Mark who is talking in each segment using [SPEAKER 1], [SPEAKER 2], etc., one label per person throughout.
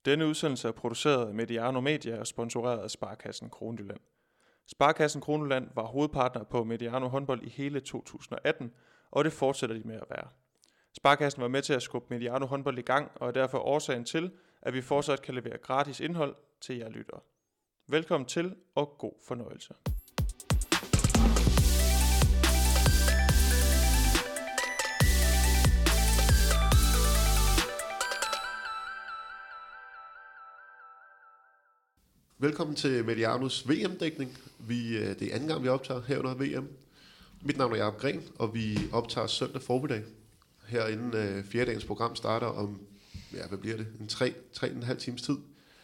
[SPEAKER 1] Denne udsendelse er produceret af Mediano Media og sponsoreret af Sparekassen Kronjylland. Sparekassen Kronjylland var hovedpartner på Mediano håndbold i hele 2018, og det fortsætter de med at være. Sparekassen var med til at skubbe Mediano håndbold i gang, og er derfor årsagen til, at vi fortsat kan levere gratis indhold til jer lyttere. Velkommen til, og god fornøjelse.
[SPEAKER 2] Velkommen til Medianos VM-dækning. Det er anden gang, vi optager her under VM. Mit navn er Jacob Gren, og vi optager søndag formiddag. Herinde fjerdedagens program starter om, hvad bliver det? 3,5 times tid.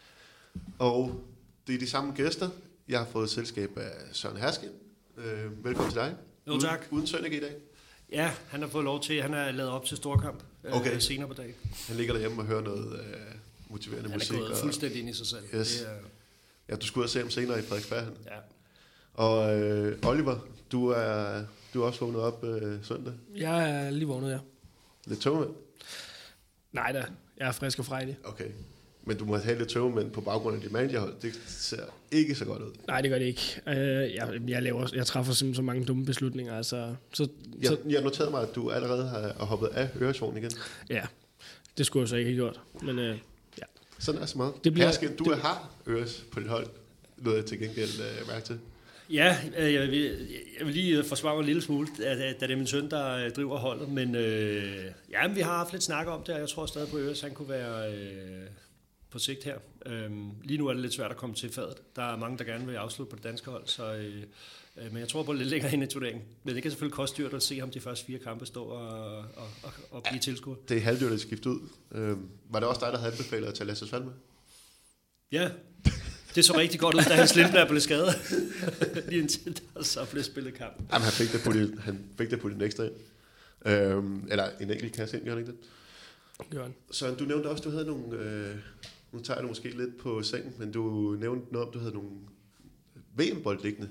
[SPEAKER 2] Og det er de samme gæster. Jeg har fået selskab af Søren Herske. Velkommen til dig.
[SPEAKER 3] Jo, tak.
[SPEAKER 2] Uden Søndag i dag.
[SPEAKER 3] Ja, han har fået lov til. Han er lavet op til storkamp senere på dagen.
[SPEAKER 2] Han ligger derhjemme og hører noget motiverende musik.
[SPEAKER 3] Han er gået fuldstændig ind i sig selv.
[SPEAKER 2] Yes.
[SPEAKER 3] Det er...
[SPEAKER 2] Ja, du skulle ud og se ham senere i Frederiksberg.
[SPEAKER 3] Ja.
[SPEAKER 2] Og Oliver, du er også vågnet op søndag?
[SPEAKER 4] Jeg er lige vågnet, ja.
[SPEAKER 2] Lidt tøvmænd?
[SPEAKER 4] Nej da, jeg er frisk og frejdig.
[SPEAKER 2] Okay, men du må have lidt tøvmænd på baggrund af dit managerhold. Det ser ikke så godt ud.
[SPEAKER 4] Nej, det gør det ikke. Jeg træffer simpelthen så mange dumme beslutninger. Altså,
[SPEAKER 2] jeg noterede mig, at du allerede har hoppet af Øresvogn igen.
[SPEAKER 4] Ja, det skulle jeg så ikke have gjort. Men ja.
[SPEAKER 2] Sådan er så meget. Du har Øres på dit hold. Noget jeg til gengæld mærke til.
[SPEAKER 3] Ja, jeg vil lige forsvare mig en lille smule, da det er min søn, der driver holdet. Men vi har haft lidt snak om det, og jeg tror stadig på Øres, han kunne være på sigt her. Lige nu er det lidt svært at komme til fadet. Der er mange, der gerne vil afslutte på det danske hold, så... Men jeg tror på lidt længere ind i turneringen. Men det kan selvfølgelig koste dyrt at se ham de første 4 kampe stå og blive tilskuer.
[SPEAKER 2] Det er halvdyrt at skifte ud. Var det også dig, der havde anbefalet at tage Lasse Svand med?
[SPEAKER 3] Ja, det så rigtig godt ud, da Hans Lindberg blev skadet. Lige indtil der så blev spillet kamp.
[SPEAKER 2] Jamen, han fik det på din ekstra ind. Eller en enkelt kasse ind, gør han ikke det?
[SPEAKER 4] Gør han.
[SPEAKER 2] Så du nævnte også, du havde nogle... nu tager jeg det måske lidt på sengen, men du nævnte noget om, du havde nogle VM-bold liggende.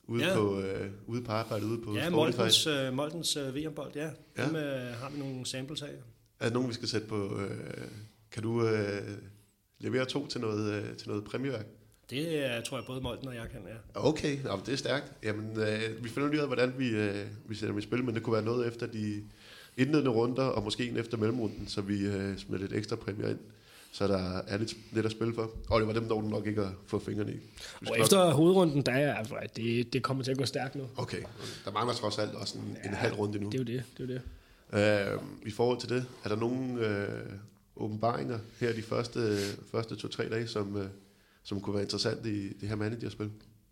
[SPEAKER 2] Ude på arbejdet, ude på
[SPEAKER 3] Moltens VM-bold, ja. Dem har vi nogle samples af.
[SPEAKER 2] Er der nogen, vi skal sætte på... kan du levere 2 til noget præmieværk?
[SPEAKER 3] Det tror jeg både Molten og jeg kan, ja.
[SPEAKER 2] Okay, det er stærkt. Jamen, vi finder lige ud af, hvordan vi sætter dem i spil, men det kunne være noget efter de indledende runder, og måske en efter mellemrunden, så vi smider lidt ekstra præmier ind. Så der er lidt at spille for. Og det var dem, der nok ikke at få fingrene i.
[SPEAKER 4] Og efter hovedrunden, der er det kommer til at gå stærkt nu.
[SPEAKER 2] Okay, der mangler trods alt også en halv runde nu.
[SPEAKER 4] Det er jo det.
[SPEAKER 2] I forhold til det, er der nogle åbenbaringer her de første 2-3 dage, som kunne være interessant i det her managerspil?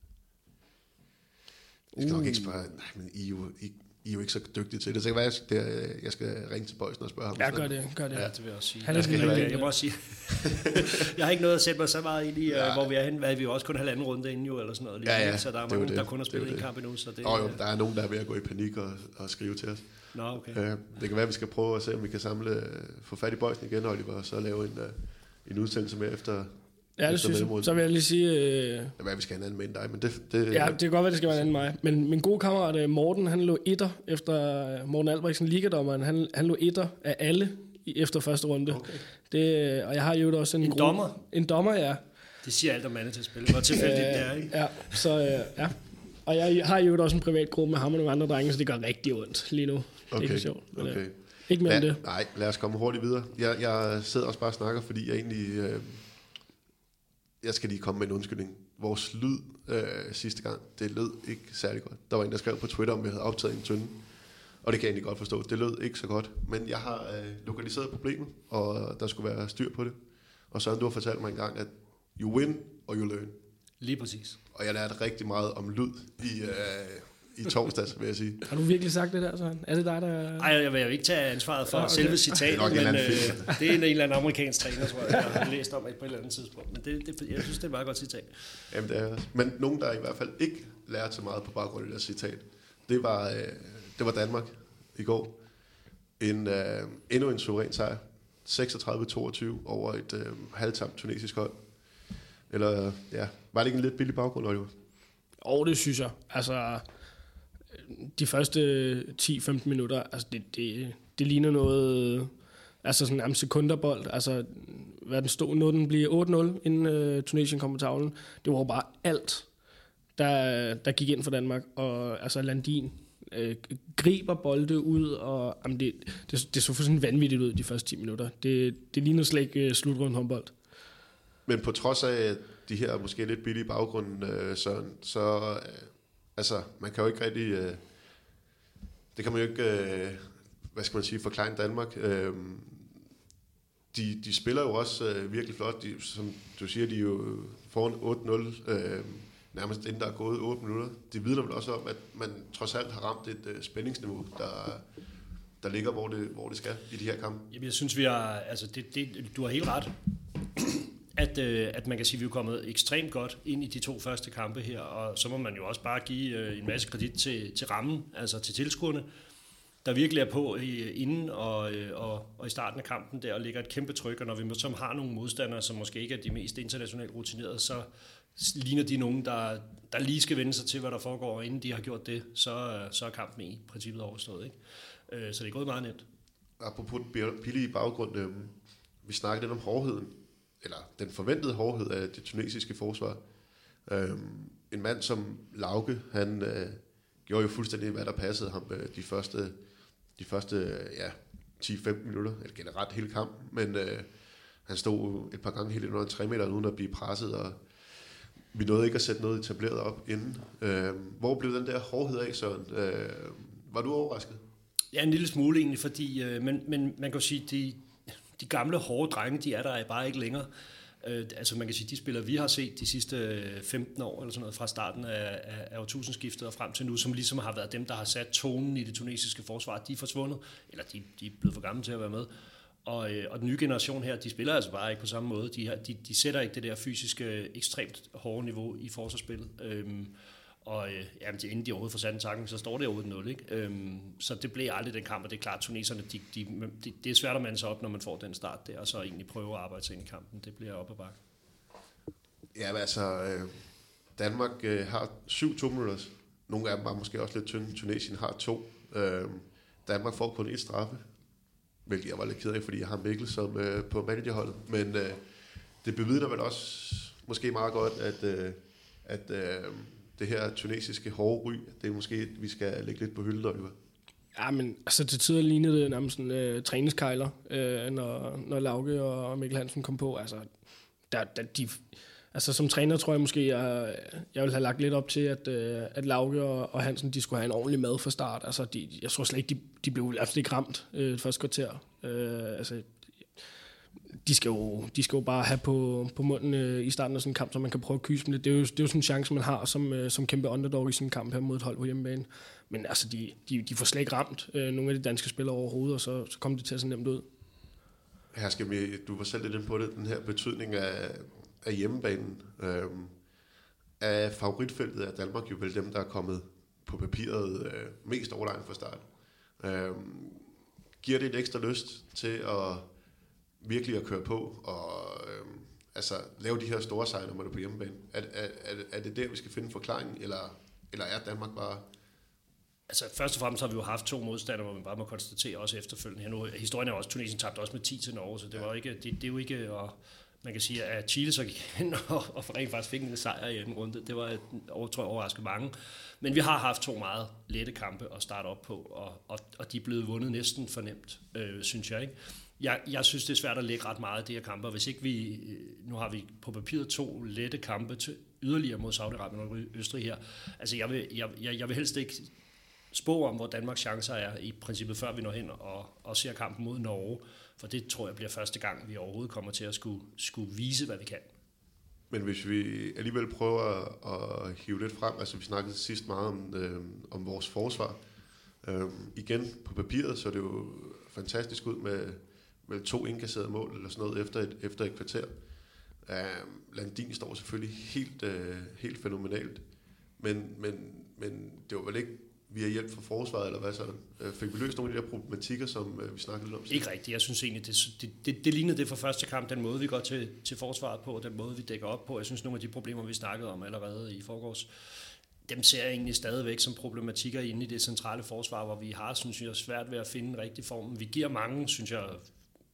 [SPEAKER 2] Jeg skal nok ikke spørge, nej, men I er jo ikke så dygtige til det. Så kan være, jeg skal ringe til Bøjsen og spørge ham.
[SPEAKER 4] Ja, gør det.
[SPEAKER 3] Ja, det vil jeg også sige.
[SPEAKER 4] Jeg
[SPEAKER 3] må også sige. Jeg har ikke noget at sætte mig så meget ind i, hvor vi er henne. Vi er jo også kun halvanden runde inden jo, eller sådan noget.
[SPEAKER 2] Ja,
[SPEAKER 3] så der er mange, der kun har spillet en kamp endnu. Så det,
[SPEAKER 2] jo, der er nogen, der er ved at gå i panik og skrive til os.
[SPEAKER 3] Nå, okay.
[SPEAKER 2] Det kan være, at vi skal prøve at se, om vi kan få fat i Bøjsen igen, Oliver, og så lave en udsendelse med efter.
[SPEAKER 4] Ja, det synes jeg. Så vil jeg lige sige...
[SPEAKER 2] Det er hvad, vi skal have en anden med end dig, men det...
[SPEAKER 4] Ja, det kan godt være, det skal være en anden mig. Men min gode kammerat Morten, han lå etter efter Morten Albrechtsen, ligadommeren. Han lå etter af alle efter første runde. Okay. Og jeg har jo også en
[SPEAKER 3] dommer?
[SPEAKER 4] En dommer, ja.
[SPEAKER 3] Det siger alt om managerspil. Hvor tilfældigt det er, ikke?
[SPEAKER 4] Ja, så ja. Og jeg har jo også en privat gruppe med ham og nogle andre drenge, så det gør rigtig ondt lige nu. Det er ikke sjovt. Men,
[SPEAKER 2] okay.
[SPEAKER 4] Ikke mere end det.
[SPEAKER 2] Nej, lad os komme hurtigt videre. Jeg sidder også bare og snakker, fordi jeg egentlig... Jeg skal lige komme med en undskyldning. Vores lyd sidste gang, det lød ikke særlig godt. Der var en, der skrev på Twitter, om vi havde optaget en tynde. Og det kan jeg egentlig godt forstå. Det lød ikke så godt. Men jeg har lokaliseret problemet, og der skulle være styr på det. Og Søren, du har fortalt mig engang, at you win og you learn.
[SPEAKER 3] Lige præcis.
[SPEAKER 2] Og jeg lærte rigtig meget om lyd i torsdags, vil jeg sige.
[SPEAKER 4] Har du virkelig sagt det der, Søren? Er det dig, der...
[SPEAKER 3] Nej, jeg vil jo ikke tage ansvaret for selve citatet, men det er en eller anden amerikansk træner, tror jeg har læst om på et eller andet tidspunkt. Men jeg synes, det er et meget godt citat. Jamen,
[SPEAKER 2] det er også. Men nogen, der i hvert fald ikke lærte så meget på baggrund af det citat, det var Danmark i går. Endnu en suveræn sejr. 36-22 over et halvtamt tunesisk hold. Eller, var det ikke en lidt billig baggrund, Oliver?
[SPEAKER 4] Det synes jeg. Altså, de første 10-15 minutter, altså det ligner noget Altså sådan nærmest sekunderbold. Altså, hvad den stod, når den bliver 8-0, inden Tunesien kom på tavlen. Det var bare alt, der gik ind for Danmark. Og altså Landin griber bolde ud, og jamen, det så fuldstændig vanvittigt ud de første 10 minutter. Det ligner slet ikke slutrunde håndbold.
[SPEAKER 2] Men på trods af de her måske lidt billige baggrunde, så altså, man kan jo ikke rigtig... det kan man jo ikke, hvad skal man sige, forklare Danmark. De spiller jo også virkelig flot. Som du siger, de er jo foran 8-0, nærmest inden der er gået 8 minutter. Det vidner vel også om, at man trods alt har ramt et spændingsniveau, der ligger, hvor det skal i de her kampe.
[SPEAKER 3] Jamen, jeg synes, vi har... Altså, du har helt ret. At man kan sige, at vi er kommet ekstremt godt ind i de 2 første kampe her, og så må man jo også bare give en masse kredit til rammen, altså til tilskuerne, der virkelig er på inden og i starten af kampen der, og ligger et kæmpe tryk, og når vi så har nogle modstandere, som måske ikke er de mest internationalt rutinerede, så ligner de nogen, der lige skal vende sig til, hvad der foregår, og inden de har gjort det, så er kampen i princippet overstået. Ikke? Så det er gået meget nemt.
[SPEAKER 2] Apropos billige baggrund, vi snakkede lidt om hårdheden, eller den forventede hårdhed af det tunesiske forsvar. En mand som Lauke, han gjorde jo fuldstændig, hvad der passede ham de første 10-15 minutter, eller generelt hele kampen, men han stod et par gange helt under en 3 meter uden at blive presset, og vi nåede ikke at sætte noget etableret op inden. Hvor blev den der hårdhed af, Søren? Var du overrasket?
[SPEAKER 3] Ja, en lille smule egentlig, fordi men man kan jo sige, de gamle hårde drenge, de er der bare ikke længere. Altså man kan sige, de spillere, vi har set de sidste 15 år, eller sådan noget, fra starten af årtusindskiftet og frem til nu, som ligesom har været dem, der har sat tonen i det tunesiske forsvar, de er forsvundet, eller de er blevet for gamle til at være med. Og den nye generation her, de spiller altså bare ikke på samme måde. De sætter ikke det der fysiske, ekstremt hårde niveau i forsvarsspillet. Inden de overhovedet får sat en takken, så står det 8-0, ikke? Så det blev aldrig den kamp, og det er klart, tuneserne, det er svært at mande sig op, når man får den start der, og så egentlig prøve at arbejde sig ind i kampen. Det bliver op ad bakke.
[SPEAKER 2] Ja, men altså, Danmark har 7 2-minutters. Nogle af dem var måske også lidt tynde. Tunesien har 2. Danmark får kun 1 straffe, hvilket jeg var lidt ked af, fordi jeg har Mikkel som på managerholdet. Men det bevidner vel også måske meget godt, at det her tunesiske hårde ry, det er måske, vi skal lægge lidt på hylden, Oliver.
[SPEAKER 4] Ja, men altså til tider lignede det nærmest sådan træningskejler, når Lauke og Mikkel Hansen kom på. Altså, altså som træner tror jeg måske, jeg vil have lagt lidt op til, at Lauke og Hansen, de skulle have en ordentlig mad fra start. Altså, jeg tror slet ikke, de blev i hvert fald ikke ramt det første kvarter. Altså, de skal jo bare have på munden i starten af sådan en kamp, så man kan prøve at kyse dem lidt. Det er jo sådan en chance, man har som kæmpe underdog i sådan en kamp her mod et hold på hjemmebane. Men altså, de får slet ikke ramt nogle af de danske spillere overhovedet, og så kommer det til at se nemt ud.
[SPEAKER 2] Her skal du var selv lidt inde på det, den her betydning af hjemmebanen. Af favoritfeltet af Danmark jo vel dem, der er kommet på papiret mest overlegen fra start. Giver det et ekstra lyst til at virkelig at køre på og altså lave de her store sejre, når man er på hjemmebane? Er det der, vi skal finde forklaringen, eller er Danmark bare...
[SPEAKER 3] Altså først og fremmest har vi jo haft 2 modstandere, hvor man bare må konstatere også efterfølgende her nu. Historien er også, Tunesien tabte også med 10 til Norge, så det var ikke, det er jo ikke, og man kan sige, at Chile så gik hen og rent faktisk fik en sejr i anden runde. Det var tror jeg overrasket mange. Men vi har haft 2 meget lette kampe at starte op på, og de er blevet vundet næsten fornemt, synes jeg, ikke? Jeg synes, det er svært at lægge ret meget af det her kampe, hvis ikke vi... Nu har vi på papiret 2 lette kampe til yderligere mod Saudi-Arabien og Østrig her. Altså, jeg vil helst ikke spå om, hvor Danmarks chancer er i princippet, før vi når hen og ser kampen mod Norge. For det tror jeg bliver første gang, vi overhovedet kommer til at skulle vise, hvad vi kan.
[SPEAKER 2] Men hvis vi alligevel prøver at hive lidt frem, altså vi snakkede sidst meget om vores forsvar. Igen på papiret, så er det jo fantastisk ud med vel 2 indkasserede mål eller sådan noget efter et kvarter. Landin står selvfølgelig helt fænomenalt, men det var vel ikke via hjælp fra forsvaret, eller hvad så? Fik vi løst nogle af de der problematikker, som vi snakkede lidt om?
[SPEAKER 3] Ikke rigtigt. Jeg synes egentlig, det lignede det for første kamp, den måde, vi går til forsvaret på, den måde, vi dækker op på. Jeg synes, nogle af de problemer, vi snakkede om allerede i forgårs, dem ser jeg egentlig stadigvæk som problematikker inde i det centrale forsvar, hvor vi har, synes jeg, svært ved at finde en rigtig form. Vi giver mange, synes jeg,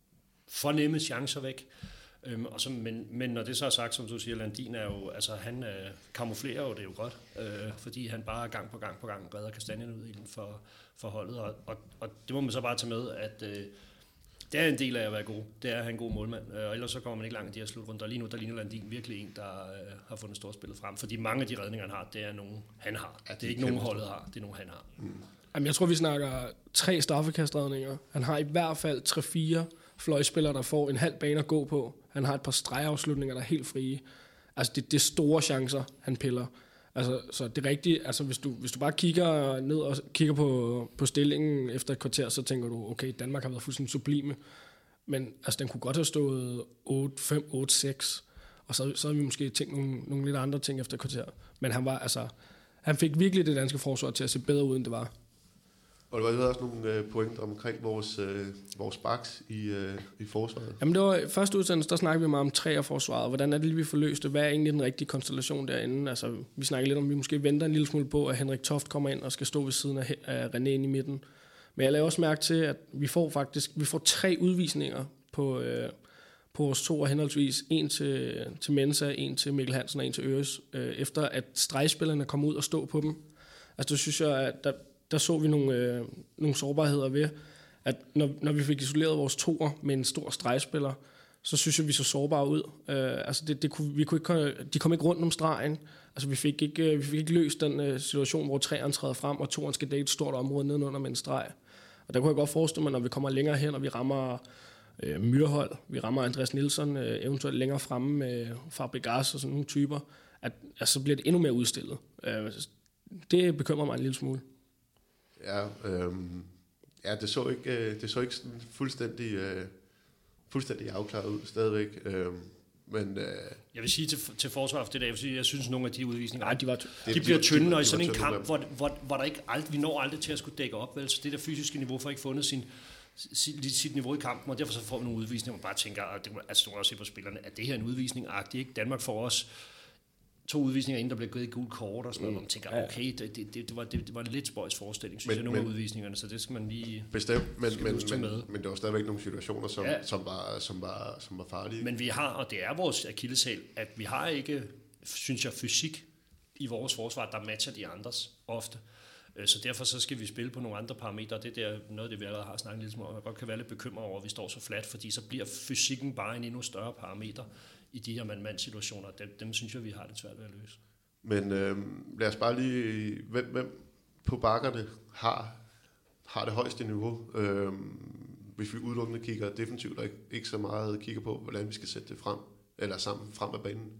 [SPEAKER 3] fornemme chancer væk. Men når det så er sagt, som du siger, Landin er jo, altså han kamuflerer jo det jo godt, fordi han bare gang på gang redder kastanjen ud inden for holdet, og det må man så bare tage med, at det er en del af at være god, det er at have en god målmand, og ellers så kommer man ikke langt i de her slutrunder, og lige nu der ligner Landin virkelig en, der har fundet storspillet frem, fordi mange af de redninger, han har, det er nogen, han har. Det er ikke nogen holdet har, det er nogen, han har.
[SPEAKER 4] Jamen, jeg tror, vi snakker 3 straffekastredninger. Han har i hvert fald 3-4 fløjspillere, der får en halv bane at gå på. Han har et par stregafslutninger, der er helt frie. Altså, det er store chancer, han piller. Altså, så det er rigtigt. Altså, hvis du bare kigger ned og kigger på stillingen efter et kvarter, så tænker du, okay, Danmark har været fuldstændig sublime. Men altså, den kunne godt have stået 8-5, 8-6. Og så havde vi måske tænkt nogle lidt andre ting efter et kvarter. Men han fik virkelig det danske forsvar til at se bedre ud, end det var.
[SPEAKER 2] Og der var også nogle pointer omkring vores backs i forsvaret.
[SPEAKER 4] Jamen det var første udsendelse, der snakkede vi meget om træerforsvaret. Hvordan er det lige, vi får løst det? Hvad er egentlig den rigtige konstellation derinde? Altså, vi snakker lidt om, at vi måske venter en lille smule på, at Henrik Toft kommer ind og skal stå ved siden af René i midten. Men jeg lader også mærke til, at vi får 3 udvisninger på vores 2, henholdsvis en til Mensa, en til Mikkel Hansen og en til Øres, efter at stregspillerne kom ud og stå på dem. Altså, det synes jeg, at der så vi nogle sårbarheder ved, at når vi fik isoleret vores 2'er med en stor stregspiller, så synes jeg, vi så sårbare ud. Altså de kom ikke rundt om stregen. Altså vi fik ikke løst den situation, hvor 3'eren træder frem, og 2'eren skal dække et stort område nedenunder med en streg. Og der kunne jeg godt forestille mig, når vi kommer længere hen, og vi rammer Myrhold, vi rammer Andreas Nielsen, eventuelt længere fremme med Fabregas og sådan nogle typer, at så bliver det endnu mere udstillet. Det bekymrer mig en lille smule.
[SPEAKER 2] Ja, det så ikke sådan fuldstændig afklaret ud stadigvæk. Men
[SPEAKER 3] jeg vil sige til forsvar for det der, jeg synes nogle af de udvisninger,
[SPEAKER 4] de
[SPEAKER 3] bliver tynde, og i sådan en kamp, hvor der ikke vi når aldrig til at skulle dække op, vel? Så det der fysiske niveau får ikke fundet sit niveau i kampen, og derfor så får vi nogle udvisninger, man bare tænker, altså du kan også se på spillerne, at det her er en udvisning-agtig, ikke? Danmark får også 2 udvisninger, inden der blev givet et gult kort og sådan noget, hvor man tænker, okay, det var en lidt spøjs forestilling, synes jeg, nogle af udvisningerne, så det skal man lige
[SPEAKER 2] bestemt, men der var stadigvæk nogle situationer, som var farlige.
[SPEAKER 3] Men vi har, og det er vores akilleshæl, at vi har ikke, synes jeg, fysik i vores forsvar, der matcher de andres ofte. Så derfor så skal vi spille på nogle andre parametre, og det er noget af det, vi allerede har snakket lidt om, og jeg godt kan være lidt bekymret over, at vi står så fladt, fordi så bliver fysikken bare en endnu større parameter i de her mand-mand-situationer. Dem synes jeg, vi har det svært ved at løse.
[SPEAKER 2] Men lad os bare lige, hvem på bakkerne har det højeste niveau, hvis vi udelukkende kigger defensivt, og ikke så meget kigger på, hvordan vi skal sætte det frem, eller sammen frem af banen.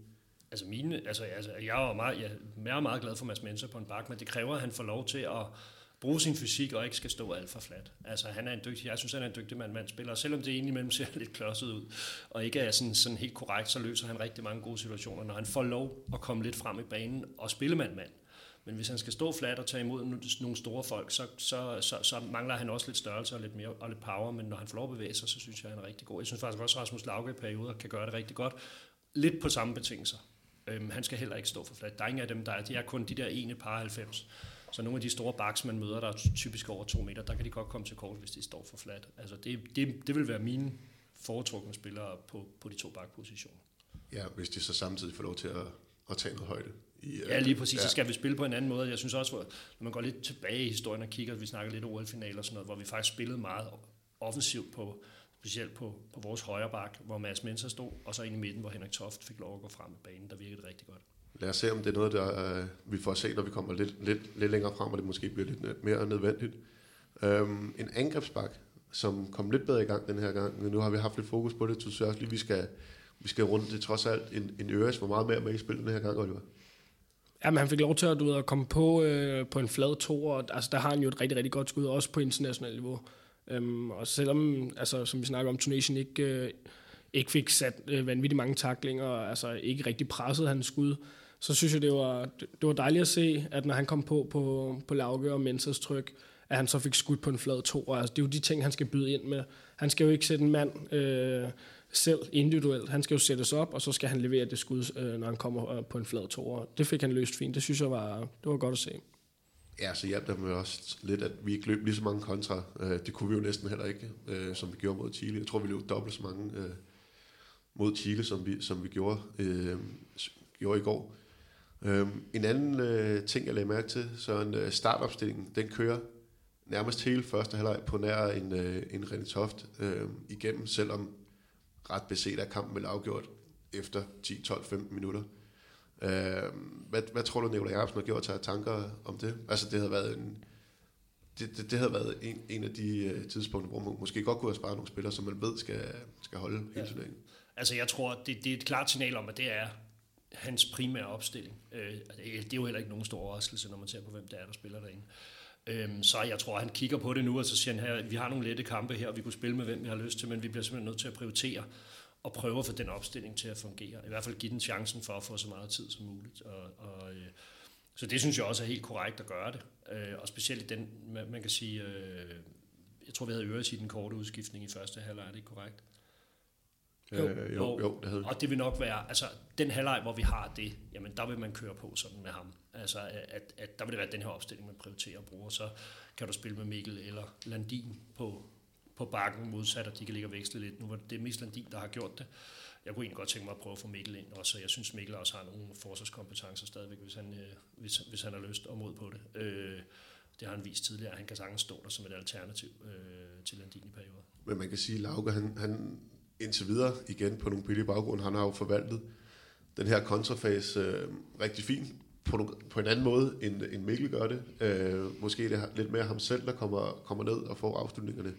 [SPEAKER 3] Jeg er meget glad for Mads Mensa på en bak, men det kræver, at han får lov til at bruge sin fysik og ikke skal stå alt for fladt. Altså, jeg synes, han er en dygtig mand-spiller, og selvom det egentlig mellem ser lidt klodset ud, og ikke er sådan helt korrekt, så løser han rigtig mange gode situationer, når han får lov at komme lidt frem i banen og spille mand-mand. Men hvis han skal stå fladt og tage imod nogle store folk, så mangler han også lidt størrelse og lidt mere og lidt power, men når han får lov at bevæge sig, så synes jeg, han er rigtig god. Jeg synes faktisk også, at Rasmus Lauke i perioder kan gøre det rigtig godt. Lidt på samme betingelser. Han skal heller ikke stå for fladt. Der er ingen af dem, de er kun de der ene par 90. Så nogle af de store backs, man møder, der er typisk over 2 meter, der kan de godt komme til kort, hvis de står for fladt. Altså det vil være mine foretrukne spillere på de 2 backpositioner.
[SPEAKER 2] Ja, hvis de så samtidig får lov til at tage noget højde.
[SPEAKER 3] Ja, lige præcis. Så skal vi spille på en anden måde. Jeg synes også, når man går lidt tilbage i historien og kigger, vi snakker lidt OL-finaler og sådan noget, hvor vi faktisk spillede meget offensivt specielt på vores højre bak, hvor Mads Mensa stod, og så ind i midten, hvor Henrik Toft fik lov at gå frem i banen. Der virkede det rigtig godt.
[SPEAKER 2] Lad os se, om det er noget, der vi får se, når vi kommer lidt længere frem, og det måske bliver lidt mere nødvendigt. En angrebsbak, som kom lidt bedre i gang den her gang. Nu har vi haft lidt fokus på det, så synes jeg også lige, vi skal runde det trods alt. En Øres, hvor meget mere med i spillet den her gang, Oliver?
[SPEAKER 4] Jamen, han fik lov til at komme på en flad 2, og altså, der har han jo et rigtig, rigtig godt skud, også på internationalt niveau. Og selvom, altså, som vi snakker om, Tunesien ikke fik sat vanvittigt mange tacklinger, og altså ikke rigtig pressede hans skud, så synes jeg, det var dejligt at se, at når han kom på Lauke og Mensas tryk, at han så fik skudt på en flad 2. Altså, det er jo de ting, han skal byde ind med. Han skal jo ikke sætte en mand selv individuelt. Han skal jo sættes op, og så skal han levere det skud, når han kommer på en flad 2. Det fik han løst fint. Det synes jeg var godt at se.
[SPEAKER 2] Ja, så hjalp der med også lidt, at vi ikke løb lige så mange kontra. Det kunne vi jo næsten heller ikke, som vi gjorde mod Chile. Jeg tror, vi løb dobbelt så mange mod Chile, som vi gjorde i går. En anden ting, jeg lagde mærke til, så en startopstilling, den kører nærmest hele første halvleg på nær en René Toft igennem, selvom ret beset af kampen vel afgjort efter 10, 12, 15 minutter. Hvad tror du, Nicolai Jacobsen har gjort til tanker om det? Altså det havde været det havde været en af de tidspunkter, hvor man måske godt kunne have sparet nogle spillere, som man ved skal holde hele turneringen.
[SPEAKER 3] Altså jeg tror, det er et klart signal om, at det er hans primære opstilling. Det er jo heller ikke nogen stor overraskelse, når man ser på, hvem det er, der spiller derinde. Så jeg tror, han kigger på det nu, og så siger han her, vi har nogle lette kampe her, og vi kunne spille med, hvem vi har lyst til, men vi bliver simpelthen nødt til at prioritere og prøve at få den opstilling til at fungere. I hvert fald give den chancen for at få så meget tid som muligt. Så det synes jeg også er helt korrekt at gøre det. Og specielt i den, man kan sige, jeg tror, vi havde øret i den korte udskiftning i første halvleg, er det ikke korrekt?
[SPEAKER 2] Jo, det havde.
[SPEAKER 3] Og det vil nok være, altså den halvleg, hvor vi har det, jamen der vil man køre på sådan med ham. Altså at der vil det være den her opstilling, man prioriterer at bruge, og så kan du spille med Mikkel eller Landin på bakken modsat, at de kan ligge og veksle lidt. Nu var det mest Landin, der har gjort det. Jeg kunne egentlig godt tænke mig at prøve at få Mikkel ind også, og jeg synes, Mikkel også har nogle forsvarskompetencer stadigvæk, hvis han har lyst og mod på det. Det har han vist tidligere, at han kan sagtens stå der som et alternativ til Landin i perioder.
[SPEAKER 2] Men man kan sige, at Lauke, han indtil videre igen på nogle billige baggrunde, han har jo forvaltet den her kontrafase rigtig fint på en anden måde, end Mikkel gør det. Måske det er lidt mere ham selv, der kommer ned og får afslutningerne.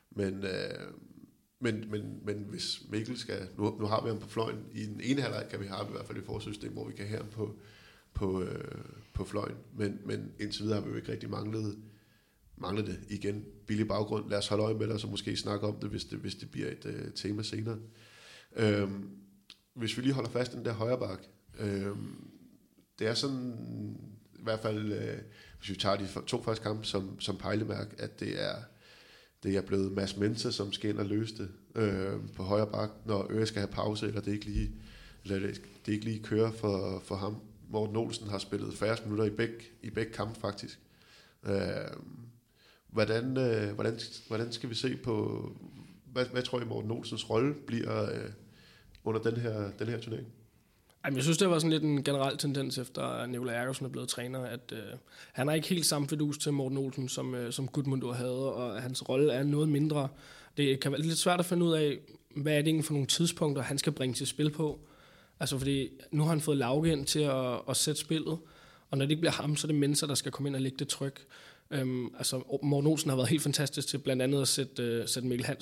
[SPEAKER 2] Men hvis Mikkel skal... Nu har vi ham på fløjen. I den ene halvleg kan vi have ham i hvert fald i forsvarssystem, hvor vi kan have ham på fløjen. Men indtil videre har vi jo ikke rigtig manglet det igen. Billig baggrund. Lad os holde øje med det, og så måske snakke om det, hvis det bliver et tema senere. Hvis vi lige holder fast i den der højre bak. Det er sådan, i hvert fald, hvis vi tager de to første kampe som pejlemærk, at det er blevet Mads Mensa, som skal ind og løse det på højre bak, når Øre skal have pause, eller det ikke lige kører for ham. Morten Olsen har spillet 40 minutter i begge kampe faktisk. Hvordan skal vi se på, hvad tror I Morten Olsens rolle bliver under den her turnering?
[SPEAKER 4] Jeg synes, det var sådan lidt en generel tendens, efter at Nicolai Jacobsen er blevet træner, at han har ikke helt samme fidus til Morten Olsen, som Gudmundur havde, og hans rolle er noget mindre. Det kan være lidt svært at finde ud af, hvad er det egentlig for nogle tidspunkter, han skal bringe til spil på. Altså fordi nu har han fået Lauke ind til at sætte spillet, og når det ikke bliver ham, så er det mennesker, der skal komme ind og lægge det tryk. Morten Olsen har været helt fantastisk til blandt andet at sætte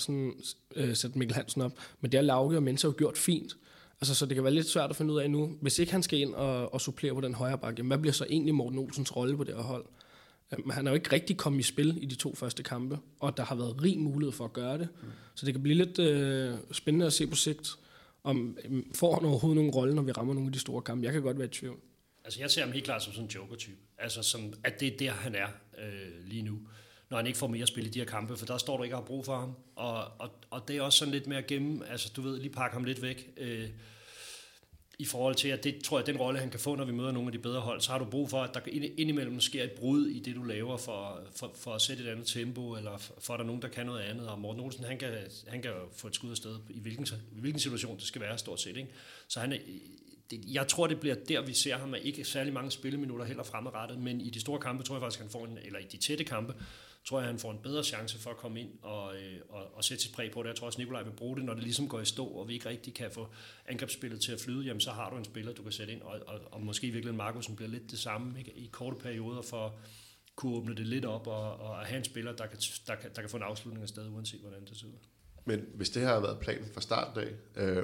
[SPEAKER 4] Mikkel Hansen op, men det har Lauke og Mensa jo gjort fint. Altså, så det kan være lidt svært at finde ud af nu, hvis ikke han skal ind og supplere på den højre bakke, hvad bliver så egentlig Morten Olsens rolle på det her hold? Han er jo ikke rigtig kommet i spil i de to første kampe, og der har været rig mulighed for at gøre det. Så det kan blive lidt spændende at se på sigt, om får han overhovedet nogen rolle, når vi rammer nogle af de store kampe. Jeg kan godt være i tvivl.
[SPEAKER 3] Altså, jeg ser ham helt klart som sådan en joker-type. Altså, som, at det er der, han er lige nu, når han ikke får mere spil i de her kampe, for der står du ikke og har brug for ham. Og det er også sådan lidt mere at gemme, altså du ved, lige pakke ham lidt væk, i forhold til, at det tror jeg, den rolle, han kan få, når vi møder nogle af de bedre hold, så har du brug for, at der indimellem sker et brud i det, du laver, for at sætte et andet tempo, eller for at der er nogen, der kan noget andet. Og Morten Olsen, han kan jo få et skud afsted i hvilken situation det skal være, stort set. Ikke? Så jeg tror, det bliver der, vi ser ham med ikke særlig mange spilleminutter heller fremadrettet, men i de store kampe, tror jeg faktisk, han får eller i de tætte kampe, tror jeg, han får en bedre chance for at komme ind og sætte sit præg på det. Jeg tror også, Nicolai vil bruge det, når det ligesom går i stå, og vi ikke rigtig kan få angrebsspillet til at flyde, jamen så har du en spiller, du kan sætte ind, og måske virkelig Markusen bliver lidt det samme, ikke? I korte perioder for at kunne åbne det lidt op og have en spiller, der kan få en afslutning af stedet, uanset hvordan det ser ud.
[SPEAKER 2] Men hvis det her har været planen fra starten af,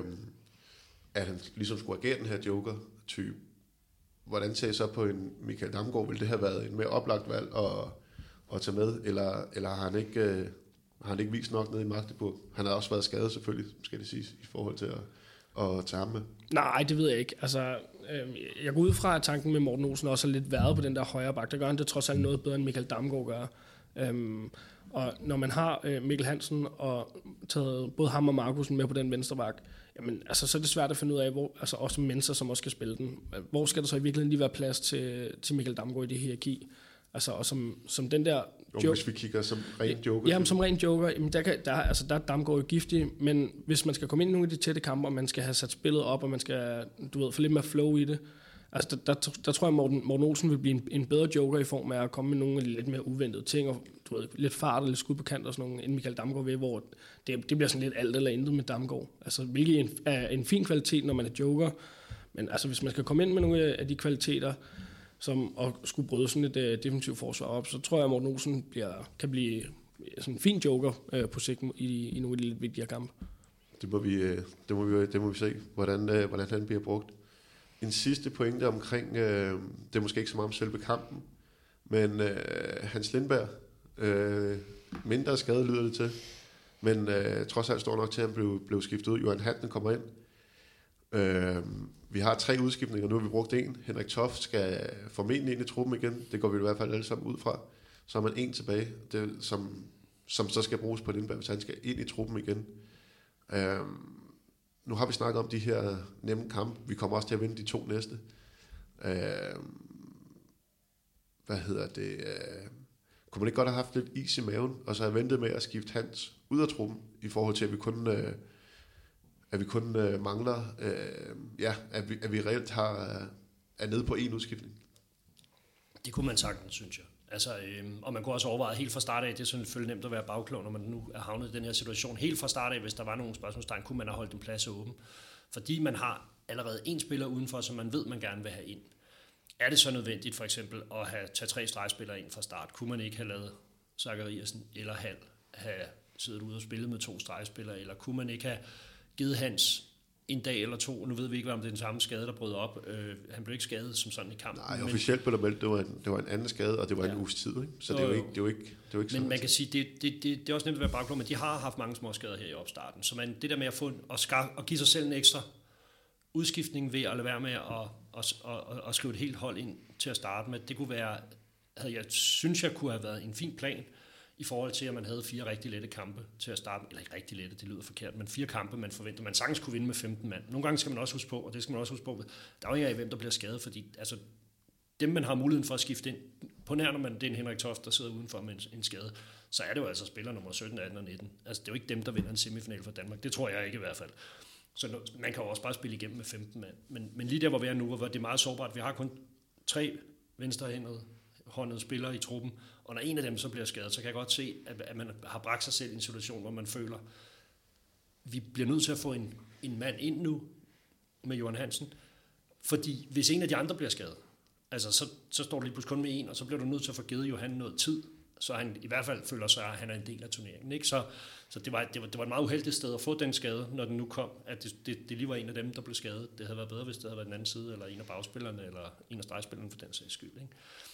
[SPEAKER 2] at han ligesom skulle agere den her joker-type, hvordan ser I så på en Michael Damgaard? Vil det have været en mere oplagt valg at tage med, eller har han ikke vist nok nede i Magdeburg? Han har også været skadet selvfølgelig, skal det siges, i forhold til at tage ham med.
[SPEAKER 4] Nej, det ved jeg ikke. Altså, jeg går ud fra, at tanken med Morten Olsen også har lidt været på den der højre bak. Der gør han det trods alt noget bedre, end Michael Damgaard gør. Og når man har Mikkel Hansen og taget både ham og Markusen med på den venstre bak, jamen, altså, så er det svært at finde ud af, hvor, altså også mennesker, som også skal spille den. Hvor skal der så i virkeligheden lige være plads til Michael Damgaard i det hierarki? Altså, og som den der...
[SPEAKER 2] Hvis vi kigger som ren joker.
[SPEAKER 4] Jamen, som ren joker, jamen, der er Damgaard jo giftig, men hvis man skal komme ind i nogle af de tætte kampe, og man skal have sat spillet op, og man skal, få lidt mere flow i det, altså, der tror jeg, Morten Olsen vil blive en bedre joker i form af at komme med nogle af de lidt mere uventede ting, og lidt fart og lidt skud på kant og sådan nogle, end Michael Damgaard ved, hvor det bliver sådan lidt alt eller intet med Damgaard. Altså, hvilket er en fin kvalitet, når man er joker, men altså, hvis man skal komme ind med nogle af de kvaliteter, som at skulle bryde sådan et defensivt forsvar op, så tror jeg, at Morten Olsen kan blive sådan en fin joker på sigt i nogle af de lidt vigtigere kampe.
[SPEAKER 2] Det må vi se, hvordan han bliver brugt. En sidste pointe omkring, det er måske ikke så meget om selve kampen, men Hans Lindberg, mindre skade lyder det til, men trods alt står nok til, at han blev skiftet ud. Johan Hansen kommer ind. Vi har 3 udskiftninger, nu har vi brugt 1. Henrik Toft skal formentlig ind i truppen igen, det går vi i hvert fald alle sammen ud fra. Så har man 1 tilbage, som så skal bruges på Lindberg, hvis han skal ind i truppen igen. Nu har vi snakket om de her nemme kampe, vi kommer også til at vinde de 2 næste. Kunne man ikke godt have haft lidt is i maven, og så have ventet med at skifte Hans ud af truppen, i forhold til, at vi kun mangler, at vi reelt er nede på 1 udskiftning.
[SPEAKER 3] Det kunne man sagtens, synes jeg. Altså, og man kunne også overveje helt fra start af, det er selvfølgelig nemt at være bagklog, når man nu er havnet i den her situation. Helt fra start af, hvis der var nogle spørgsmålstegn, kunne man have holdt en plads åben. Fordi man har allerede 1 spiller udenfor, som man ved, man gerne vil have ind. Er det så nødvendigt for eksempel at tage 3 stregspillere ind fra start? Kunne man ikke have lavet Zachariasen eller Hall have siddet ude og spillet med 2 stregspillere? Eller kunne man ikke have givet Hans en dag eller 2? Nu ved vi ikke, om det er den samme skade, der brød op. Han blev ikke skadet som sådan i kampen.
[SPEAKER 2] Nej, officielt blev der meldt, det var en anden skade, og det var en uges tid. Ikke? Så det er jo ikke
[SPEAKER 3] men
[SPEAKER 2] sådan.
[SPEAKER 3] Man kan sige, det er også nemt at være bagklog, men de har haft mange små skader her i opstarten. Så det der med at få at give sig selv en ekstra udskiftning ved at lade være med at skrive et helt hold ind til at starte med, det kunne være, jeg synes, jeg kunne have været en fin plan, i forhold til, at man havde 4 rigtig lette kampe til at starte, eller ikke rigtig lette, det lyder forkert, men 4 kampe, man forventer, man sagtens kunne vinde med 15 mand. Nogle gange skal man også huske på, og det skal man også huske på, der er jo ikke af, hvem der bliver skadet, fordi altså, dem, man har muligheden for at skifte ind, på nær når det er en Henrik Toft, der sidder udenfor med en skade, så er det jo altså spiller nummer 17, 18 og 19. Altså, det er jo ikke dem, der vinder en semifinal for Danmark. Det tror jeg ikke i hvert fald. Så man kan jo også bare spille igennem med 15 mand. Men lige der, hvor vi er nu, hvor det er meget sårbart, vi har kun 3 venstrehåndede spillere i truppen, og når en af dem så bliver skadet, så kan jeg godt se, at man har bragt sig selv i en situation, hvor man føler, vi bliver nødt til at få en mand ind nu med Johan Hansen, fordi hvis en af de andre bliver skadet, altså så står det lige pludselig kun med 1, og så bliver du nødt til at få givet Johan noget tid, så han i hvert fald føler sig, at han er en del af turneringen. Ikke? Så det var et meget uheldigt sted at få den skade, når den nu kom, at det lige var en af dem, der blev skadet. Det havde været bedre, hvis det havde været den anden side, eller en af bagspillerne, eller en af stregspillerne for den sags skyld. Ikke?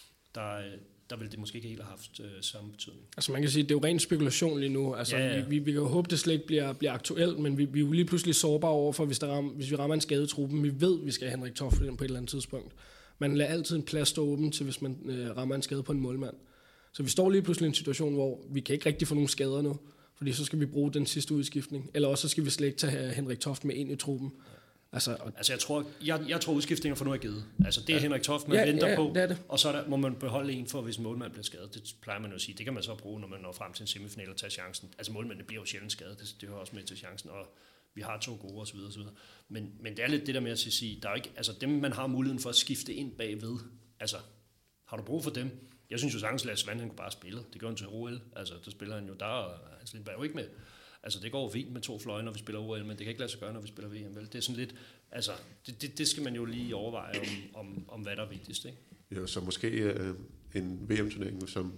[SPEAKER 3] Der ville det måske ikke helt have haft samme betydning. Altså
[SPEAKER 4] man kan sige, det er jo ren spekulation lige nu. Altså, ja. Vi kan jo håbe, det slet ikke bliver aktuelt, men vi er jo lige pludselig sårbare overfor, hvis vi rammer en skade i truppen. Vi ved, vi skal have Henrik Toft ind på et eller andet tidspunkt. Man lader altid en plads stå åben til, hvis man rammer en skade på en målmand. Så vi står lige pludselig i en situation, hvor vi kan ikke rigtig få nogen skader nu, fordi så skal vi bruge den sidste udskiftning. Eller også så skal vi slet ikke tage Henrik Toft med ind i truppen.
[SPEAKER 3] Altså jeg tror udskiftninger for nu er givet. Altså det er Henrik Toft, man venter på,
[SPEAKER 4] det.
[SPEAKER 3] Og så må man beholde en for, hvis målmand bliver skadet. Det plejer man jo at sige. Det kan man så bruge, når man når frem til en semifinal og tager chancen. Altså målmændene bliver jo sjældent skadet. Det hører også med til chancen, og vi har 2 gode osv. Men det er lidt det der med at sige, der er ikke, altså dem man har muligheden for at skifte ind bagved. Altså har du brug for dem? Jeg synes jo sagtens, Lars Svand, han kunne bare spille. Det gør han til OL. Altså der spiller han jo der, og Hans Lindberg er jo ikke med. Altså det går jo fint med 2 fløje, når vi spiller OL, men det kan ikke lade sig gøre, når vi spiller VM. Vel? Det er sådan lidt, altså det skal man jo lige overveje om hvad der er vigtigst, ikke?
[SPEAKER 2] Jo, så måske en VM-turnering, som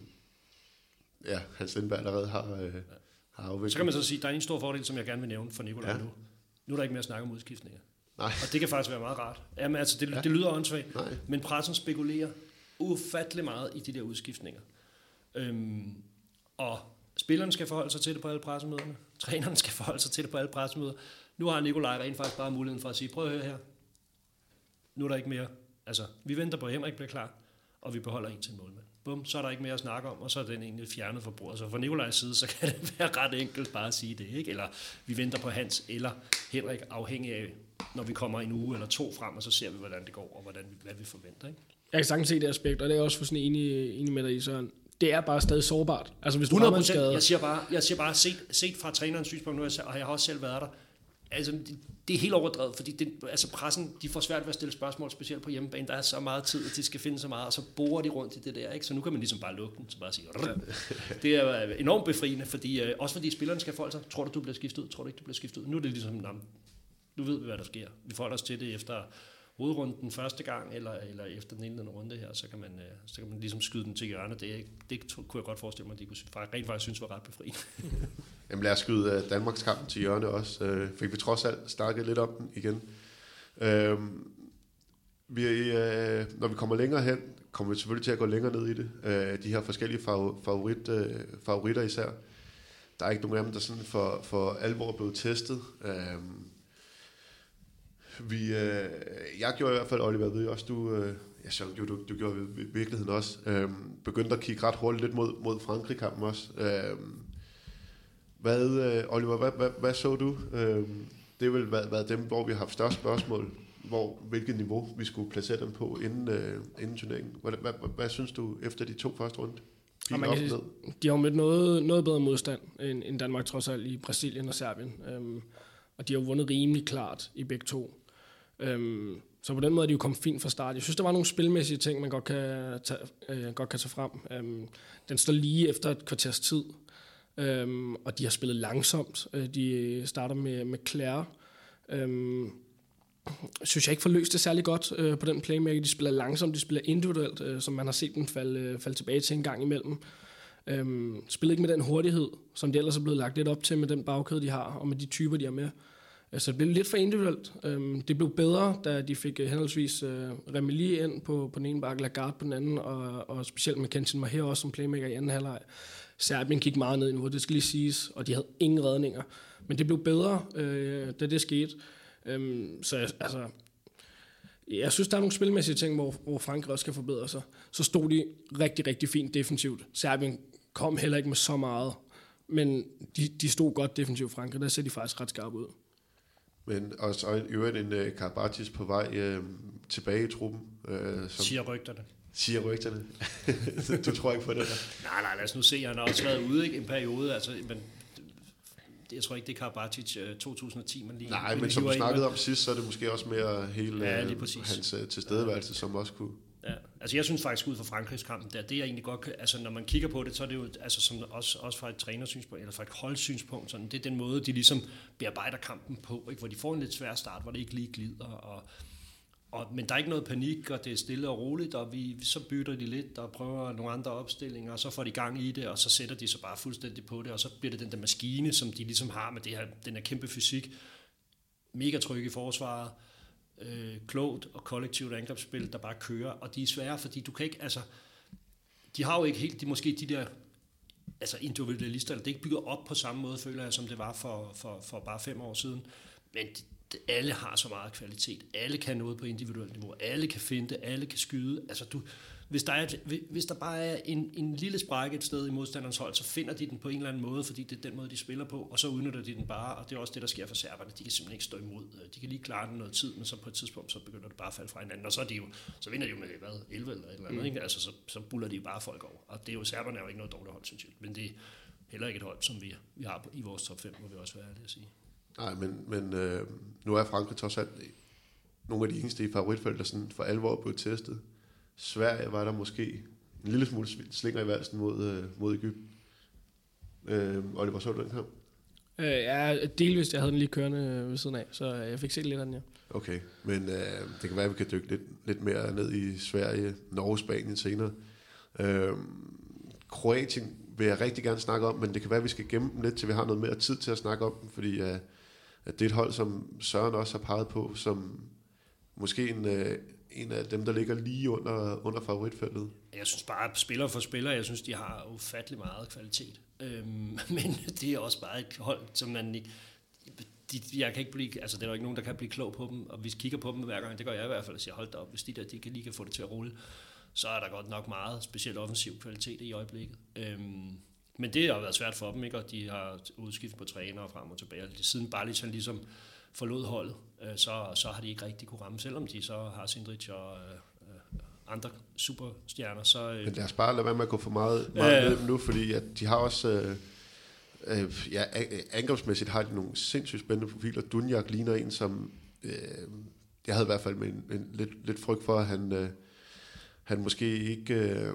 [SPEAKER 2] Hans Lindberg allerede har afviklet.
[SPEAKER 3] Så kan man så sige, der er en stor fordel, som jeg gerne vil nævne for Nicolaj nu. Nu er der ikke mere at snakke om udskiftninger.
[SPEAKER 2] Nej.
[SPEAKER 3] Og det kan faktisk være meget rart. Jamen altså, det lyder åndssvagt, men pressen spekulerer ufattelig meget i de der udskiftninger. Og spillerne skal forholde sig til det på alle pressemøderne. Trænerne skal forholde sig til det på alle pressemøder. Nu har Nicolaj rent faktisk bare muligheden for at sige, prøv at høre her. Nu er der ikke mere. Altså, vi venter på, at Henrik bliver klar, og vi beholder en til målmand. bum, så er der ikke mere at snakke om, og så er den egentlig fjernet fra bordet. Så fra Nikolajs side, så kan det være ret enkelt bare at sige det, ikke? Eller vi venter på Hans eller Henrik, afhængig af, når vi kommer en uge eller 2 frem, og så ser vi, hvordan det går, og hvad vi forventer, ikke?
[SPEAKER 4] Jeg kan sagtens se det aspekt, og det er også fuldstændig enig med dig i, Søren. Det er bare stadig sårbart. Altså, hvis du
[SPEAKER 3] 100%, jeg siger bare set fra trænerens synspunkt nu, og jeg har også selv været der, altså, det er helt overdrevet, fordi pressen, de får svært ved at stille spørgsmål, specielt på hjemmebane. Der er så meget tid, at de skal finde så meget, og så borer de rundt i det der, ikke? Så nu kan man ligesom bare lukke den, så bare sige, det er enormt befriende, også fordi spillerne skal forholde sig. Tror du bliver skiftet ud? Tror du ikke, du bliver skiftet ud? Nu er det ligesom, nu ved vi, hvad der sker. Vi forholder os til det efter hovedrunden første gang, eller efter den indledende runde her, så kan man ligesom skyde den til hjørne. Det kunne jeg godt forestille mig, at de kunne rent faktisk synes var ret befriende.
[SPEAKER 2] Jamen lad os skyde Danmarks kampen til hjørne også. Fik vi trods alt snakket lidt om den igen. Når vi kommer længere hen, kommer vi selvfølgelig til at gå længere ned i det. De her forskellige favoritter især. Der er ikke nogen af dem, der sådan for alvor er blevet testet. Jeg gjorde i hvert fald, Oliver, ved også du gjorde i virkeligheden også, begyndte at kigge ret hurtigt lidt mod Frankrig-kampen også. Oliver, hvad så du? Det har vel været dem, hvor vi har haft størst spørgsmål, hvilket niveau vi skulle placere dem på inden turneringen. Hvad synes du efter de 2 første runde?
[SPEAKER 4] De har jo mødt noget bedre modstand end Danmark trods alt i Brasilien og Serbien. Og de har jo vundet rimelig klart i begge 2. Så på den måde er de jo kommet fint fra start. Jeg synes, der var nogle spilmæssige ting, man godt kan tage frem. Den står lige efter et kvarters tid, og de har spillet langsomt. De starter med Claire. Synes jeg ikke får løst det særlig godt på den playmaker. De spiller langsomt, de spiller individuelt, som man har set dem falde tilbage til en gang imellem. Spiller ikke med den hurtighed, som de ellers er blevet lagt lidt op til med den bagkæde, de har, og med de typer, de har med. Så det blev lidt for individuelt. Det blev bedre, da de fik henholdsvis Remeli ind på den ene bakke, Lagarde på den anden, og specielt med Kentin Maher også som playmaker i anden halvleg. Serbien gik meget ned i niveau, det skal lige siges, og de havde ingen redninger. Men det blev bedre, da det skete. Jeg synes, der er nogle spilmæssige ting, hvor Frankrig også skal forbedre sig. Så stod de rigtig, rigtig fint defensivt. Serbien kom heller ikke med så meget, men de stod godt defensivt, Frankrig. Der ser de faktisk ret skarpe ud. Men
[SPEAKER 2] også i øvrigt en Karabatic på vej tilbage i truppen.
[SPEAKER 3] Siger rygterne.
[SPEAKER 2] Du tror ikke på det der?
[SPEAKER 3] Nej, lad os nu se. Han har også været ude, ikke, en periode. Altså, men jeg tror ikke, det er Karabatic 2010, man lige...
[SPEAKER 2] Nej, men som du snakkede om sidst, så er det måske også mere hele hans tilstedeværelse, som også kunne...
[SPEAKER 3] Ja, altså jeg synes faktisk ud fra Frankrigskampen, det er egentlig godt, altså når man kigger på det, så er det jo altså som også fra et trænersynspunkt eller fra et holdsynspunkt, sådan det er den måde de ligesom bearbejder kampen på, ikke? Hvor de får en lidt svær start, hvor det ikke lige glider men der er ikke noget panik, og det er stille og roligt, og så bytter de lidt og prøver nogle andre opstillinger, og så får de gang i det, og så sætter de sig bare fuldstændig på det, og så bliver det den der maskine, som de ligesom har med den her kæmpe fysik, mega tryg i forsvaret, klogt og kollektivt angrebsspil, der bare kører, og de er svære, fordi du kan ikke, altså, de har jo ikke helt, måske de der, altså individualister, det er ikke bygget op på samme måde, føler jeg, som det var for bare 5 år siden, men alle har så meget kvalitet, alle kan noget på individuelt niveau, alle kan finde, alle kan skyde, altså hvis der bare er en lille sprække et sted i modstanderens hold, så finder de den på en eller anden måde, fordi det er den måde, de spiller på, og så udnytter de den bare, og det er også det, der sker for serberne. De kan simpelthen ikke stå imod. De kan lige klare den noget tid, men så på et tidspunkt, så begynder det bare at falde fra hinanden, og så vinder de jo med 11 eller et eller andet, ikke? Altså så buller de jo bare folk over, og det er jo, serberne er jo ikke noget dårligt hold, synes jeg, men det er heller ikke et hold, som vi har i vores top 5, må vi også være ærlige at sige.
[SPEAKER 2] Nej, men nu er Frankrig trods alt nogle af de eneste i favoritfeltet, der sådan for alvor er blevet testet. Sverige var der måske en lille smule slinger i valsen mod Egypten. Oliver, så du den kamp?
[SPEAKER 4] Ja, delvist. Jeg havde den lige kørende ved siden af, så jeg fik set lidt af den, ja.
[SPEAKER 2] Okay, men det kan være, at vi kan dykke lidt mere ned i Sverige, Norge, Spanien senere. Kroatien vil jeg rigtig gerne snakke om, men det kan være, at vi skal gemme dem lidt, til vi har noget mere tid til at snakke om dem, fordi at det er et hold, som Søren også har peget på, som måske en af dem, der ligger lige under favoritfeltet.
[SPEAKER 3] Jeg synes bare, spiller for spiller, jeg synes, de har ufattelig meget kvalitet. Men det er også bare et hold, som man ikke... Jeg kan ikke blive, altså det er jo ikke nogen, der kan blive klog på dem, og vi kigger på dem hver gang, det gør jeg i hvert fald, og siger, hold da op, hvis de der, de kan lige få det til at rulle, så er der godt nok meget specielt offensiv kvalitet i øjeblikket. Men det har været svært for dem, ikke? Og de har udskiftet på trænere frem og tilbage. Siden Barlic ligesom forlod holdet, så har de ikke rigtig kunne ramme, selvom de så har Sindrich og andre superstjerner. Så,
[SPEAKER 2] Men lad os bare lade være med at gå for meget ned nu, fordi at de har også... angrebsmæssigt har de nogle sindssygt spændende profiler. Dunjak ligner en, som... jeg havde i hvert fald med en lidt frygt for, at han måske ikke...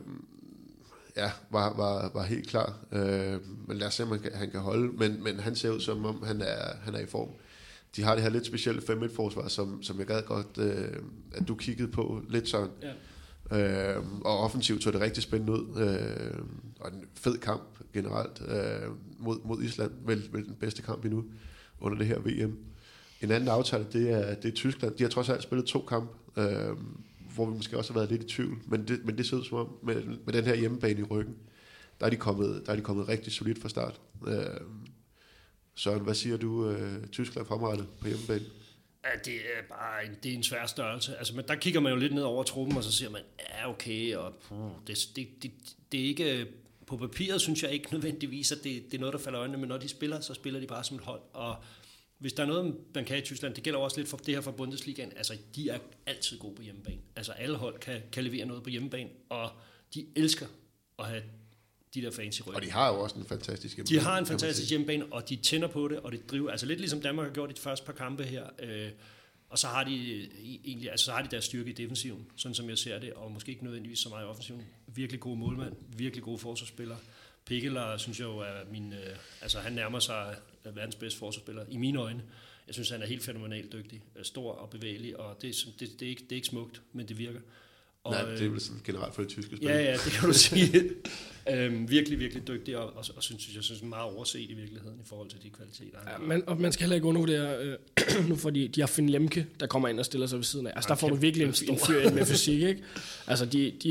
[SPEAKER 2] var helt klar. Men lad os se, om han kan holde. Men han ser ud som om, han er i form. De har det her lidt specielle 5-1-forsvar, som jeg gad godt, at du kiggede på lidt sådan. Ja. Og offensivt tog det rigtig spændende ud. Og en fed kamp generelt mod Island. Vel den bedste kamp endnu under det her VM. En anden aftale, det er Tyskland. De har trods alt spillet 2 kampe, hvor vi måske også har været lidt i tvivl. Men det ser ud som om, med den her hjemmebane i ryggen, der er de kommet rigtig solidt fra start. Søren, hvad siger du, Tyskland fremrettet på hjemmebane?
[SPEAKER 3] Ja, det er en svær størrelse. Altså, men der kigger man jo lidt ned over truppen, og så siger man, ja, okay, og det er ikke... På papiret synes jeg ikke nødvendigvis, at det er noget, der falder øjnene, men når de spiller, så spiller de bare som et hold. Og hvis der er noget, man kan i Tyskland, det gælder også lidt for det her fra Bundesligaen, altså de er altid gode på hjemmebane. Altså alle hold kan levere noget på hjemmebane, og de elsker at have de der fans i ryggen.
[SPEAKER 2] Og de har jo også en fantastisk hjemmebane.
[SPEAKER 3] De har en fantastisk hjemmebane, og de tænder på det, og de driver, altså lidt ligesom Danmark har gjort i de første par kampe her, og så har de egentlig, altså så har de deres styrke i defensiven, sådan som jeg ser det, og måske ikke nødvendigvis så meget i offensiven. Virkelig god målmand, virkelig gode forsvarsspillere. Pikkeler synes jeg jo er altså han nærmer sig verdens bedste forsvarsspiller i mine øjne. Jeg synes han er helt fænomenalt dygtig, stor og bevægelig, og det er ikke smukt, men det virker. Og,
[SPEAKER 2] nej, det er vel sådan generelt for det tyske spil.
[SPEAKER 3] Ja, det kan du sige. Virkelig, virkelig dygtig, og synes meget overset i virkeligheden i forhold til de kvaliteter.
[SPEAKER 4] Ja, og man skal heller ikke undervurdere, nu fordi de har Finn Lemke, der kommer ind og stiller sig ved siden af. Altså der får du virkelig en fyr ind med fysik, ikke? Altså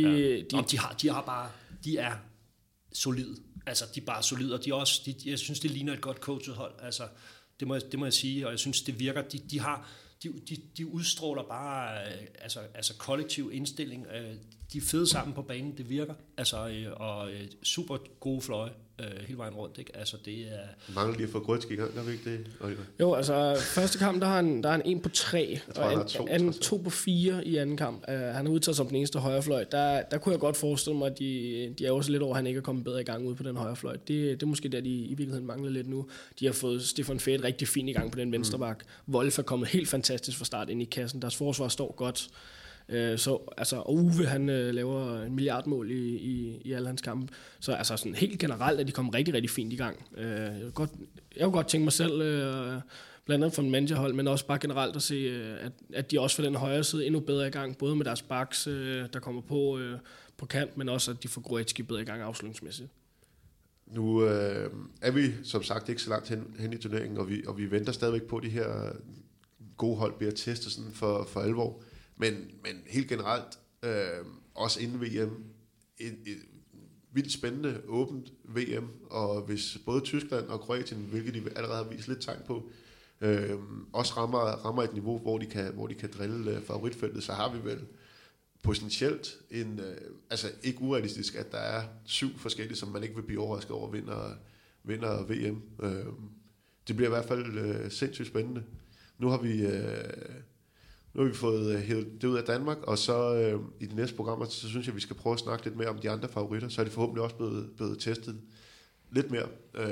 [SPEAKER 4] de er solide. Altså de er bare solide, og jeg synes, det ligner et godt coachet hold. Altså det må jeg sige, og jeg synes, det virker. De udstråler bare altså kollektiv indstilling. De er fede sammen på banen, det virker. Og super gode fløje hele vejen rundt, ikke? Altså det er...
[SPEAKER 2] Mangler de at få Grøtske i gang, gør vi ikke det, Oliver?
[SPEAKER 4] Jo, altså første kamp, der er han 1 på 3, og anden 2 på 4 i anden kamp. Han er udtaget som den eneste højrefløj. Der kunne jeg godt forestille mig, at de er også lidt over, at han ikke er kommet bedre i gang ud på den højrefløj. Det er måske der, de i virkeligheden mangler lidt nu. De har fået Stefan Fett rigtig fint i gang på den venstre bak. Wolf er kommet helt fantastisk fra start ind i kassen. Deres forsvar står godt. Og Uwe, han laver 1 milliardmål i alle hans kampe. Så altså sådan helt generelt er de kommet rigtig, rigtig fint i gang. Jeg kunne godt tænke mig selv, blandt andet fra en managerhold, men også bare generelt at se, at de også for den højre side endnu bedre i gang, både med deres backs, der kommer på kant, men også at de får Gruetski bedre i gang afslutningsmæssigt.
[SPEAKER 2] Nu er vi som sagt ikke så langt hen i turneringen, og vi venter stadigvæk på, at de her gode hold bliver testet sådan for alvor. Men helt generelt, også inden VM, et vildt spændende, åbent VM, og hvis både Tyskland og Kroatien, hvilket de allerede har vist lidt tegn på, også rammer et niveau, hvor de kan drille favoritfeltet, så har vi vel potentielt ikke urealistisk, at der er 7 forskellige, som man ikke vil blive overrasket over, vinder VM. Det bliver i hvert fald sindssygt spændende. Nu har vi fået hævet det ud af Danmark, og så i de næste programmer, så synes jeg, vi skal prøve at snakke lidt mere om de andre favoritter. Så er de forhåbentlig også blevet testet lidt mere.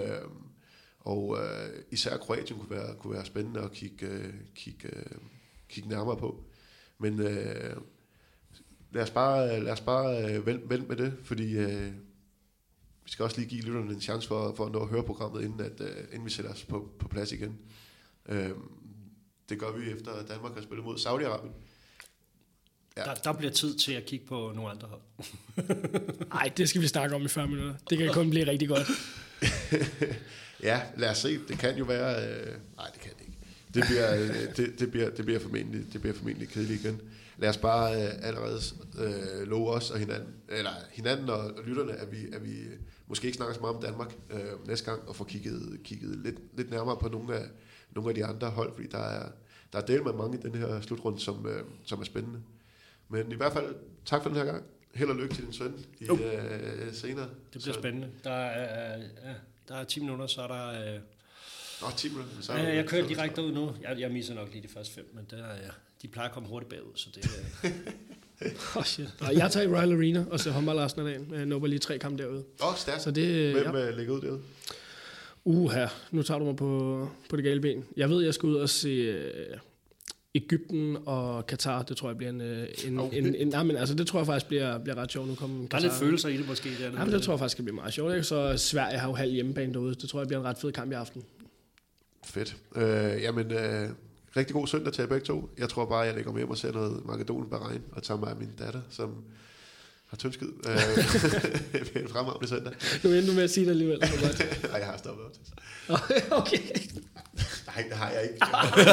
[SPEAKER 2] Især Kroatien kunne være spændende at kigge nærmere på. Men lad os bare vente med det, fordi vi skal også lige give lytterne en chance for at nå at høre programmet, inden vi sætter os på plads igen. Det gør vi efter Danmark har spillet mod Saudi-Arabien.
[SPEAKER 3] Ja. Der bliver tid til at kigge på nogle andre hold.
[SPEAKER 4] Nej, det skal vi snakke om i 40 minutter. Det kan kun blive rigtig godt.
[SPEAKER 2] Ja, lad os se. Det kan jo være... Nej, det kan det ikke. Det bliver formentlig kedeligt igen. Lad os bare allerede love os og hinanden og lytterne, at vi måske ikke snakker så meget om Danmark næste gang, og får kigget lidt nærmere på nogle af de andre hold, fordi der er del med mange i den her slutrunde, som er spændende. Men i hvert fald, tak for den her gang, held og lykke til din søn senere.
[SPEAKER 3] Det bliver spændende. Der er 10 minutter, så er der...
[SPEAKER 2] 10 minutter. Så
[SPEAKER 3] jeg kører direkte ud nu. Jeg misser nok lige de første 5, men de plejer at komme hurtigt bagud, så det...
[SPEAKER 4] Shit. Jeg tager i Royal Arena og ser håndbold resten af dagen. Jeg nubber lige 3 kampe derude.
[SPEAKER 2] Stærkt.
[SPEAKER 4] Så det,
[SPEAKER 2] Hvem ligger ud derude?
[SPEAKER 4] Her. Nu tager du mig på det gale ben. Jeg ved, jeg skal ud og se Egypten og Katar. Det tror jeg bliver det tror jeg faktisk bliver ret sjovt. Nu kommer
[SPEAKER 3] der er lidt følelser i det måske.
[SPEAKER 4] Det tror jeg faktisk skal blive meget sjovt. Så Sverige har jo halv hjemmebane derude. Det tror jeg bliver en ret fed kamp i aften.
[SPEAKER 2] Fedt. Rigtig god søndag til jer begge to. Jeg tror bare, jeg lægger med hjem og ser noget Makedonien Bahrain og tager mig af min datter, som har tyndskid. En fremragende søndag.
[SPEAKER 4] Nu endte du med at sige det alligevel.
[SPEAKER 2] Nej, jeg har stoppet op til.
[SPEAKER 4] Okay.
[SPEAKER 2] Nej, det har jeg ikke.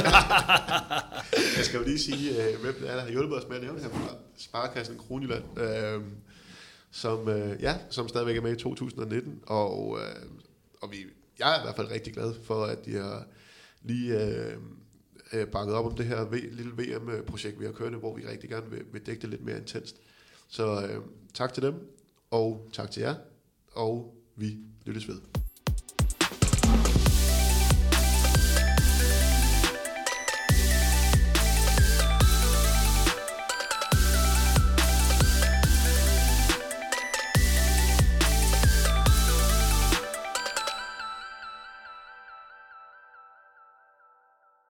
[SPEAKER 2] Jeg skal jo lige sige, hvem det er, der har hjulpet os med at nævne her fra Sparekassen Kronjylland, som stadigvæk er med i 2019. Og jeg er i hvert fald rigtig glad for, at de har lige bakket op om det her lille VM-projekt, vi har kørende, hvor vi rigtig gerne vil dække det lidt mere intenst. Så tak til dem, og tak til jer, og vi lyttes ved.